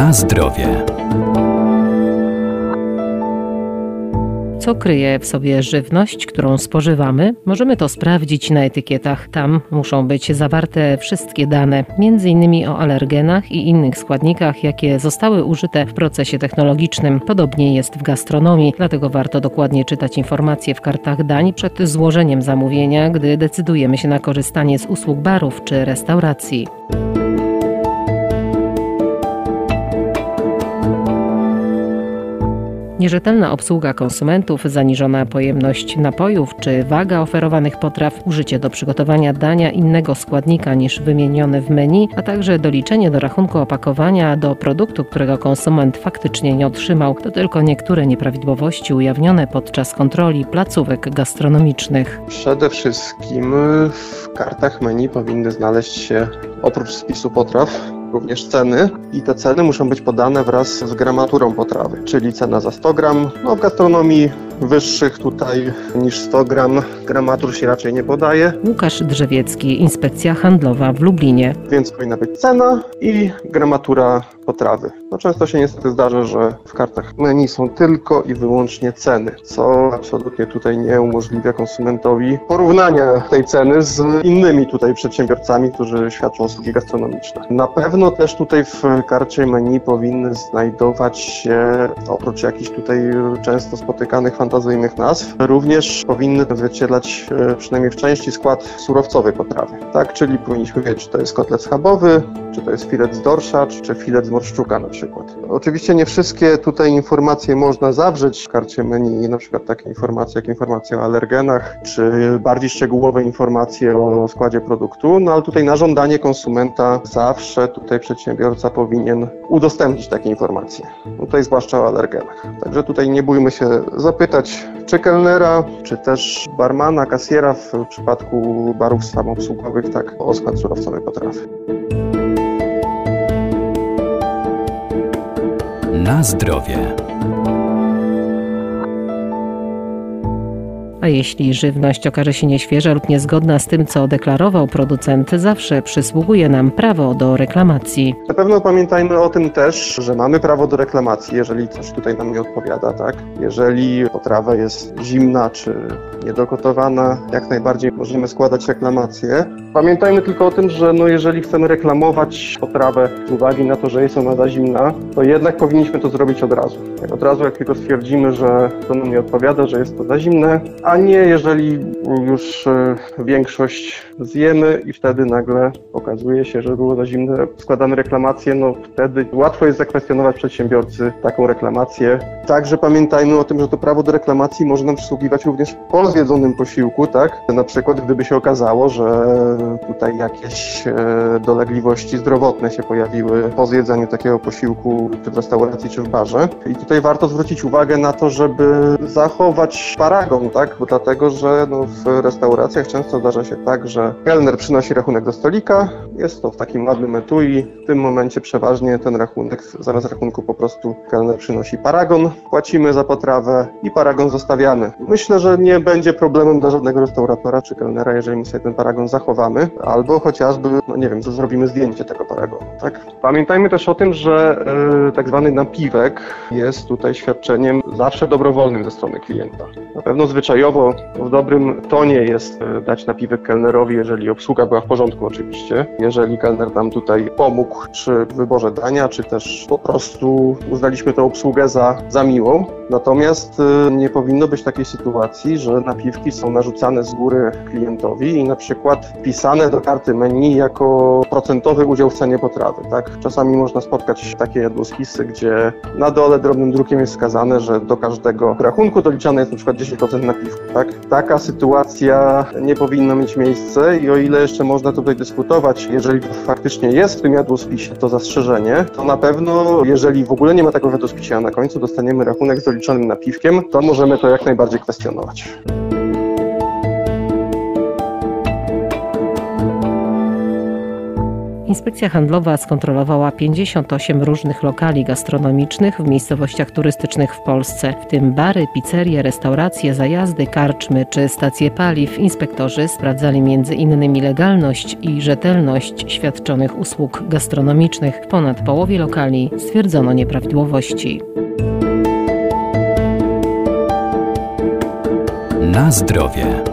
Na zdrowie. Co kryje w sobie żywność, którą spożywamy? Możemy to sprawdzić na etykietach. Tam muszą być zawarte wszystkie dane, m.in. o alergenach i innych składnikach, jakie zostały użyte w procesie technologicznym. Podobnie jest w gastronomii, dlatego warto dokładnie czytać informacje w kartach dań przed złożeniem zamówienia, gdy decydujemy się na korzystanie z usług barów czy restauracji. Nierzetelna obsługa konsumentów, zaniżona pojemność napojów czy waga oferowanych potraw, użycie do przygotowania dania innego składnika niż wymienione w menu, a także doliczenie do rachunku opakowania do produktu, którego konsument faktycznie nie otrzymał, to tylko niektóre nieprawidłowości ujawnione podczas kontroli placówek gastronomicznych. Przede wszystkim w kartach menu powinny znaleźć się oprócz spisu potraw również ceny i te ceny muszą być podane wraz z gramaturą potrawy, czyli cena za 100 gram. W gastronomii wyższych tutaj niż 100 gram gramatur się raczej nie podaje. Łukasz Drzewiecki, Inspekcja Handlowa w Lublinie. Więc powinna być cena i gramatura potrawy. Często się niestety zdarza, że w kartach menu są tylko i wyłącznie ceny, co absolutnie tutaj nie umożliwia konsumentowi porównania tej ceny z innymi tutaj przedsiębiorcami, którzy świadczą usługi gastronomiczne. Na pewno też tutaj w karcie menu powinny znajdować się, oprócz jakichś tutaj często spotykanych fantazyjnych nazw, również powinny odzwierciedlać przynajmniej w części skład surowcowy potrawy. Tak, czyli powinniśmy wiedzieć, czy to jest kotlet schabowy, czy to jest filet z dorsza, czy filet z morszczuka na przykład. Oczywiście nie wszystkie tutaj informacje można zawrzeć w karcie menu, na przykład takie informacje jak informacje o alergenach, czy bardziej szczegółowe informacje o składzie produktu, ale tutaj na żądanie konsumenta zawsze tutaj przedsiębiorca powinien udostępnić takie informacje. Tutaj zwłaszcza o alergenach. Także tutaj nie bójmy się zapytać, czy kelnera, czy też barmana, kasjera w przypadku barów samoobsługowych, tak, o skład surowcowy potrawy. Na zdrowie. A jeśli żywność okaże się nieświeża lub niezgodna z tym, co deklarował producent, zawsze przysługuje nam prawo do reklamacji. Na pewno pamiętajmy o tym też, że mamy prawo do reklamacji, jeżeli coś tutaj nam nie odpowiada, tak? Jeżeli potrawa jest zimna czy niedogotowana, jak najbardziej możemy składać reklamację. Pamiętajmy tylko o tym, że jeżeli chcemy reklamować potrawę z uwagi na to, że jest ona za zimna, to jednak powinniśmy to zrobić od razu. Od razu, jak tylko stwierdzimy, że to nam nie odpowiada, że jest to za zimne, a nie jeżeli już większość zjemy i wtedy nagle okazuje się, że było za zimne, składamy reklamację, wtedy łatwo jest zakwestionować przedsiębiorcy taką reklamację. Także pamiętajmy o tym, że to prawo do reklamacji może nam przysługiwać również po zjedzonym posiłku, tak? Na przykład gdyby się okazało, że tutaj jakieś dolegliwości zdrowotne się pojawiły po zjedzeniu takiego posiłku czy w restauracji, czy w barze. I tutaj warto zwrócić uwagę na to, żeby zachować paragon, tak? Bo dlatego, że w restauracjach często zdarza się tak, że kelner przynosi rachunek do stolika, jest to w takim ładnym etui, w tym momencie przeważnie ten rachunek, zamiast rachunku po prostu kelner przynosi paragon, płacimy za potrawę i paragon zostawiamy. Myślę, że nie będzie problemem dla żadnego restauratora czy kelnera, jeżeli my sobie ten paragon zachowamy, albo chociażby, zrobimy zdjęcie tego paragonu, tak? Pamiętajmy też o tym, że tak zwany napiwek jest tutaj świadczeniem zawsze dobrowolnym ze strony klienta. Na pewno zwyczajowo w dobrym tonie jest dać napiwek kelnerowi, jeżeli obsługa była w porządku oczywiście. Jeżeli kelner nam tutaj pomógł przy wyborze dania, czy też po prostu uznaliśmy tę obsługę za miłą. Natomiast nie powinno być takiej sytuacji, że napiwki są narzucane z góry klientowi i na przykład wpisane do karty menu jako procentowy udział w cenie potrawy, tak? Czasami można spotkać takie jadłospisy, gdzie na dole drobnym drukiem jest wskazane, że do każdego rachunku doliczane jest na przykład 10% napiwku, tak? Taka sytuacja nie powinna mieć miejsca i o ile jeszcze można tutaj dyskutować, jeżeli faktycznie jest w tym jadłospisie to zastrzeżenie, to na pewno, jeżeli w ogóle nie ma takiego jadłospisu, a na końcu dostaniemy rachunek z doliczonym napiwkiem, to możemy to jak najbardziej kwestionować. Inspekcja Handlowa skontrolowała 58 różnych lokali gastronomicznych w miejscowościach turystycznych w Polsce, w tym bary, pizzerie, restauracje, zajazdy, karczmy czy stacje paliw. Inspektorzy sprawdzali m.in. legalność i rzetelność świadczonych usług gastronomicznych. W ponad połowie lokali stwierdzono nieprawidłowości. Na zdrowie.